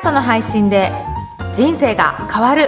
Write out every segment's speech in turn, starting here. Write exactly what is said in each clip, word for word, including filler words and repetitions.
ストの配信で人生が変わる。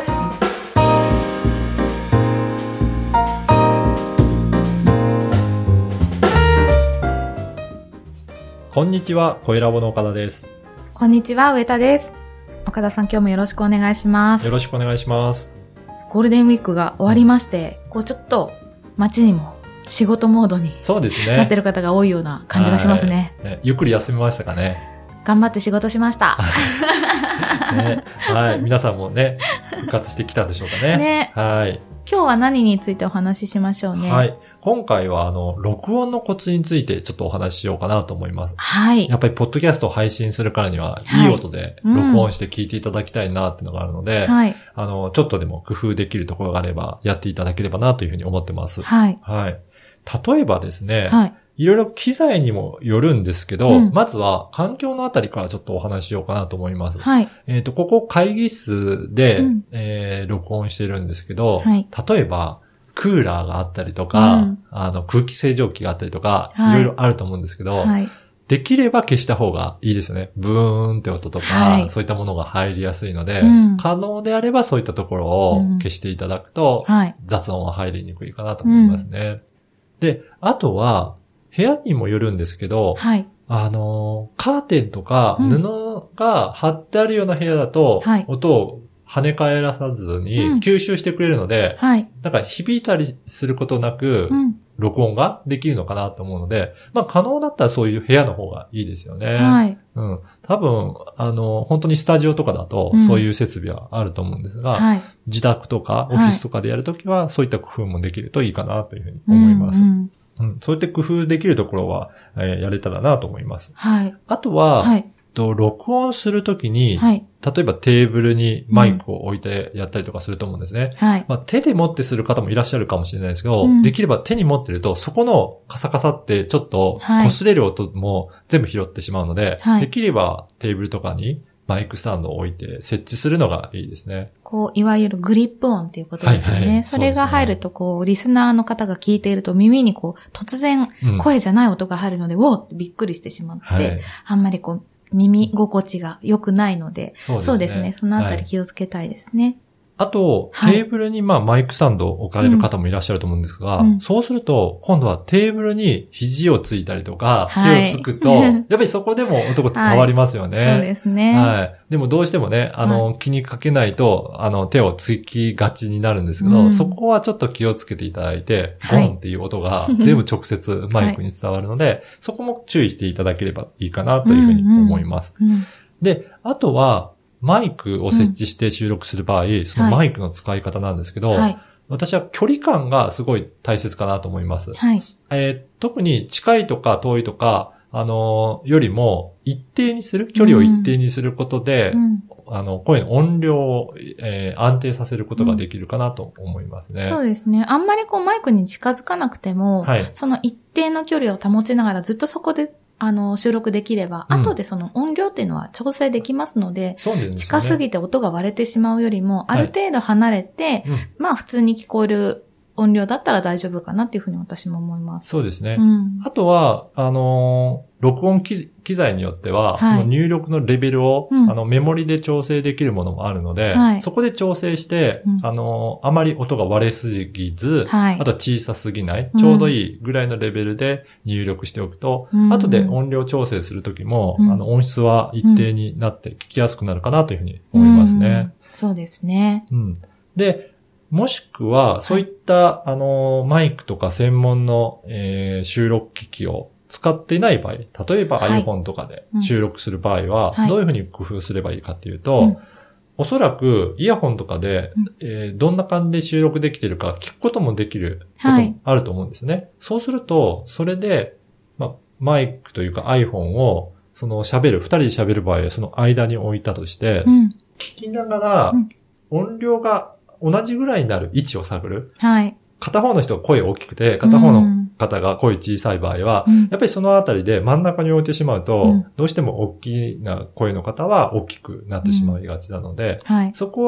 こんにちは、声ラボの岡田です。 こんにちは、上田です。岡田さん、今日もよろしくお願いします。 よろしくお願いします。 ゴールデンウィークが終わりまして、うん、こうちょっと街にも仕事モードにそうですね。 なってる方が多いような感じがしますね。 ね、ゆっくり休みましたかね。 頑張って仕事しました。 ね、はい、皆さんもね、復活してきたんでしょうかね。 ね、 はい。 今日は何についてお話ししましょうね。 はい。今回はあの、録音のコツについてちょっとお話ししようかなと思います。 はい。 やっぱりポッドキャストを配信するからには、いい音で録音して聞いていただきたいなっていうのがあるので、 はい。 あの、ちょっとでも工夫できるところがあれば、やっていただければなというふうに思ってます。 はい。 はい。例えばですね、 はい。 いろいろ機材にもよるんですけど、 うん、 まずは環境のあたりからちょっとお話ししようかなと思います。 はい。 えっと、ここ会議室で、 うん、 えー、録音してるんですけど、 はい。 例えば、クーラーがあったりとか、うん、あの、空気清浄機があったりとか、はい、いろいろあると思うんですけど、はい、できれば消した方がいいですよね。ブーンって音とか、はい、そういったものが入りやすいので、うん、可能であればそういったところを消していただくと、うんはい、雑音は入りにくいかなと思いますね。うん、で、あとは、部屋にもよるんですけど、はい、あの、カーテンとか布が貼ってあるような部屋だと、うん、音を跳ね返らさずに吸収してくれるので、うんはい、なんか響いたりすることなく、録音ができるのかなと思うので、まあ可能だったらそういう部屋の方がいいですよね。はい。うん。多分、あの、本当にスタジオとかだと、そういう設備はあると思うんですが、うんはい、自宅とかオフィスとかでやるときは、そういった工夫もできるといいかなというふうに思います。うんうんうん、そうやって工夫できるところは、えー、やれたらなと思います。はい。あとは、はい、と録音するときに、はい、例えばテーブルにマイクを置いてやったりとかすると思うんですね。うんはいまあ、手で持ってする方もいらっしゃるかもしれないですけど、うん、できれば手に持ってると、そこのカサカサってちょっと擦れる音も全部拾ってしまうので、はい、できればテーブルとかにマイクスタンドを置いて設置するのがいいですね。 こう、いわゆるグリップ音っていうことですよね。はいはい、それが入ると、こう、リスナーの方が聞いていると耳にこう、突然声じゃない音が入るので、うん、おーってびっくりしてしまって、はい、あんまりこう、耳心地が良くないので、そうですね。そうですね。そのあたり気をつけたいですね。はいあと、はい、テーブルにまあマイクスタンドを置かれる方もいらっしゃると思うんですが、うん、そうすると、今度はテーブルに肘をついたりとか、はい、手をつくと、やっぱりそこでも音が伝わりますよね、 はい。そうですね。 はい。でもどうしてもね、あの、はい、気にかけないと、あの、手をつきがちになるんですけど、うん、そこはちょっと気をつけていただいて、ゴンっていう音が全部直接マイクに伝わるので、はい、そこも注意していただければいいかなというふうに思います。うんうんうん、で、あとは、マイクを設置して収録する場合、うん、そのマイクの使い方なんですけど、はい、私は距離感がすごい大切かなと思います。はいえー、特に近いとか遠いとか、あのー、よりも一定にする、距離を一定にすることで、うん、あの、声の音量を、えー、安定させることができるかなと思いますね、うん。 そうですね。あんまりこうマイクに近づかなくても、はい、その一定の距離を保ちながらずっとそこであの、収録できれば、うん、後でその音量っていうのは調整できますので、そうですね、近すぎて音が割れてしまうよりも、ある程度離れて、はいうん、まあ普通に聞こえる音量だったら大丈夫かなっていうふうに私も思います。 そうですね。うん、あとは、あのー、録音機材によっては、はい、その入力のレベルを、うん、あのメモリで調整できるものもあるので、はい、そこで調整して、うん、あのー、あまり音が割れすぎず、はい、あとは小さすぎない、ちょうどいいぐらいのレベルで入力しておくと、うん、後で音量調整するときも、うん、あの音質は一定になって聞きやすくなるかなというふうに思いますね。 うん、そうですね。 うん。で、もしくは、そういった、はい、あの、マイクとか専門の、えー、収録機器を使っていない場合、例えば iPhone とかで収録する場合は、はい、どういうふうに工夫すればいいかっていうと、はい、おそらくイヤホンとかで、うんえー、どんな感じで収録できているか聞くこともできることもあると思うんですね。はい、そうすると、それで、まあ、マイクというか iPhone を、その喋る、二人で喋る場合はその間に置いたとして、うん、聞きながら、音量が同じぐらいになる位置を探る。はい。片方の人が声大きくて、片方の方が声小さい場合は、うん、やっぱりそのあたりで真ん中に置いてしまうと、うん、どうしても大きな声の方は大きくなってしまいがちなので、うんはい、そこは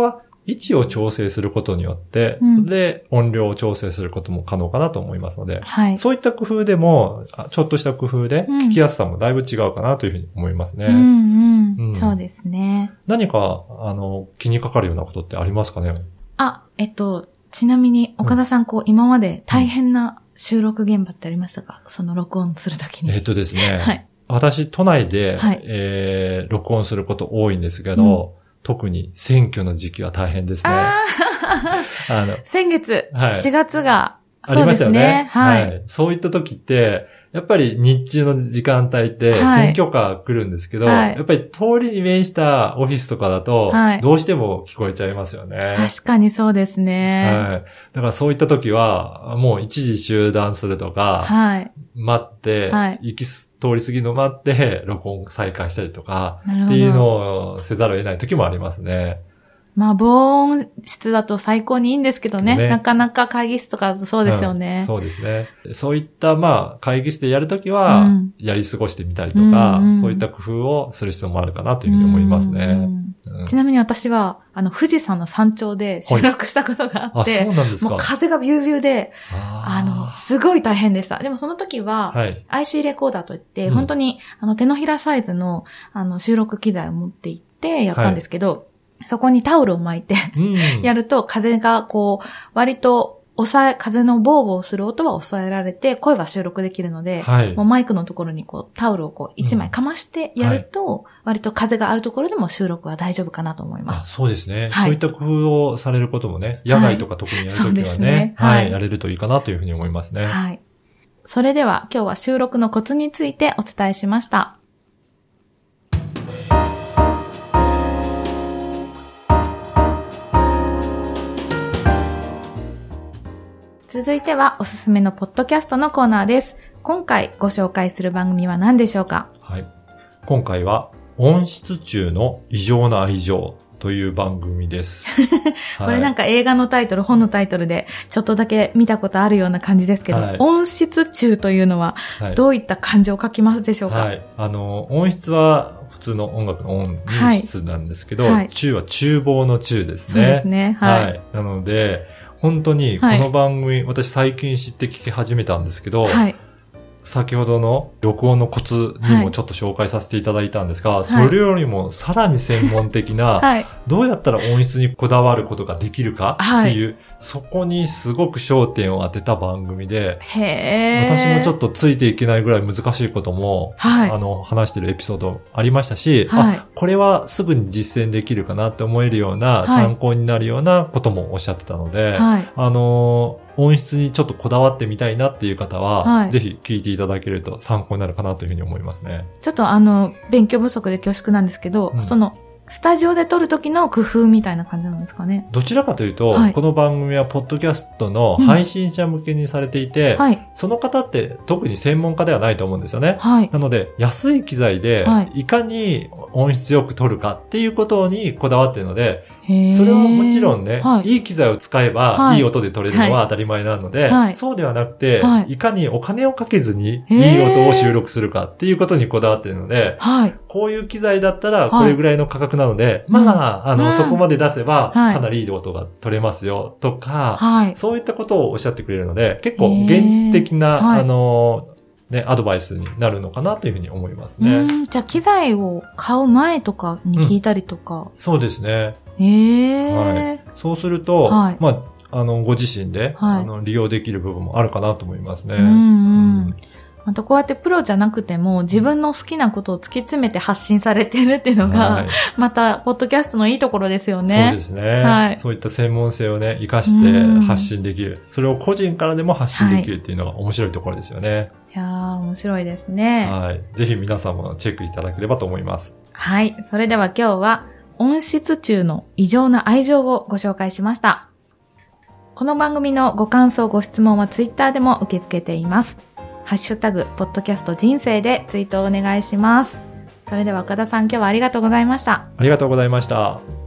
位置を調整することによって、うん、それで音量を調整することも可能かなと思いますので、はい、そういった工夫でも、ちょっとした工夫で聞きやすさもだいぶ違うかなというふうに思いますね。 うんうんうん、そうですね。 何か、あの、気にかかるようなことってありますかね？ あ、えっと、ちなみに岡田さん、うん、こう、今まで大変な収録現場ってありましたか？その録音するときに。 えっとですね。はい。私、都内で、はい、えー、録音すること多いんですけど、うん特に選挙の時期は大変ですね。ああの先月、はい、しがつが、ありましたよね。はい、はい。 そういった時って、やっぱり日中の時間帯って選挙カー来るんですけど、はい、やっぱり通りに面したオフィスとかだと、どうしても聞こえちゃいますよね。はい、 確かにそうですね。 はい。だからそういった時は、もう一時中断するとか、はい、待って、はい、行きす、通り過ぎの待って、録音再開したりとか、っていうのをせざるを得ない時もありますね。 まあ、防音室だと最高にいいんですけどね。ねなかなか会議室とかだとそうですよね、 うん。そうですね。そういった、まあ、会議室でやるときは、うん、やり過ごしてみたりとか、うんうん、そういった工夫をする必要もあるかなというふうに思いますね。うんうん、ちなみに私は、あの、富士山の山頂で収録したことがあって、 はい、あ、そうなんですか。 もう風がビュービューで、あの、すごい大変でした。でもその時は、はい、アイシー レコーダーといって、うん、本当に、あの、手のひらサイズの、あの、収録機材を持って行ってやったんですけど、はいそこにタオルを巻いてやると風がこう割と抑え、風のボーボーする音は抑えられて声は収録できるので、はい、もうマイクのところにこうタオルをこう一枚かましてやると、うんはい、割と風があるところでも収録は大丈夫かなと思います。 あ、そうですね、はい。そういった工夫をされることもね、野外とか特にやるときはね、はいねはい、はい、やれるといいかなというふうに思いますね。 はい。それでは今日は収録のコツについてお伝えしました。続いてはおすすめのポッドキャストのコーナーです。今回ご紹介する番組は何でしょうか？ はい。今回は温室中の異常な愛情という番組です。 これなんか映画のタイトル、本のタイトルでちょっとだけ見たことあるような感じですけど、はい、温室中というのはどういった感情を書きますでしょうか？ はい。あの、温室は普通の音楽の音に室なんですけど、はいはい、中は厨房の中ですね。 そうですね。はい。はい、 なので、本当にこの番組、はい、私最近知って聞き始めたんですけど、はい、先ほどの録音のコツにもちょっと紹介させていただいたんですが、はい、それよりもさらに専門的な、はい、どうやったら音質にこだわることができるかっていう、はい、そこにすごく焦点を当てた番組で、へ私もちょっとついていけないぐらい難しいことも、はい、あの話してるエピソードありましたし、はい、あ、これはすぐに実践できるかなって思えるような、はい、参考になるようなこともおっしゃってたので、はい、あの音質にちょっとこだわってみたいなっていう方は、はい、ぜひ聞いていただけると参考になるかなというふうに思いますね。 ちょっとあの、勉強不足で恐縮なんですけど、うん、その、スタジオで撮る時の工夫みたいな感じなんですかね。 どちらかというと、はい、この番組はポッドキャストの配信者向けにされていて、うんはい、その方って特に専門家ではないと思うんですよね。はい、なので、安い機材でいかに音質よく撮るかっていうことにこだわっているので、それはもちろんね、はい、いい機材を使えば、はい、いい音で撮れるのは当たり前なので、はい、そうではなくて、はい、いかにお金をかけずにいい音を収録するかっていうことにこだわっているので、はい、こういう機材だったらこれぐらいの価格なので、はい、まあ、あの、うん、そこまで出せば、かなりいい音が撮れますよとか、はい、そういったことをおっしゃってくれるので、結構現実的な、あの、ね、アドバイスになるのかなというふうに思いますね。 うんじゃあ機材を買う前とかに聞いたりとか。うん、 そうですね。 へー。 はい。そうすると、はい、まあ、あの、ご自身で、はい、あの利用できる部分もあるかなと思いますね。うん、うんうんまたこうやってプロじゃなくても自分の好きなことを突き詰めて発信されてるっていうのが、はい、またポッドキャストのいいところですよね。 そうですね。はい、そういった専門性をね、活かして発信できる。それを個人からでも発信できるっていうのが面白いところですよね。はい、 いやー、面白いですね。 はい。ぜひ皆さんもチェックいただければと思います。 はい。それでは今日は音質中の異常な愛情をご紹介しました。この番組のご感想、ご質問はツイッターでも受け付けています。ハッシュタグ、ポッドキャスト人生でツイートをお願いします。それでは岡田さん、今日はありがとうございました。 ありがとうございました。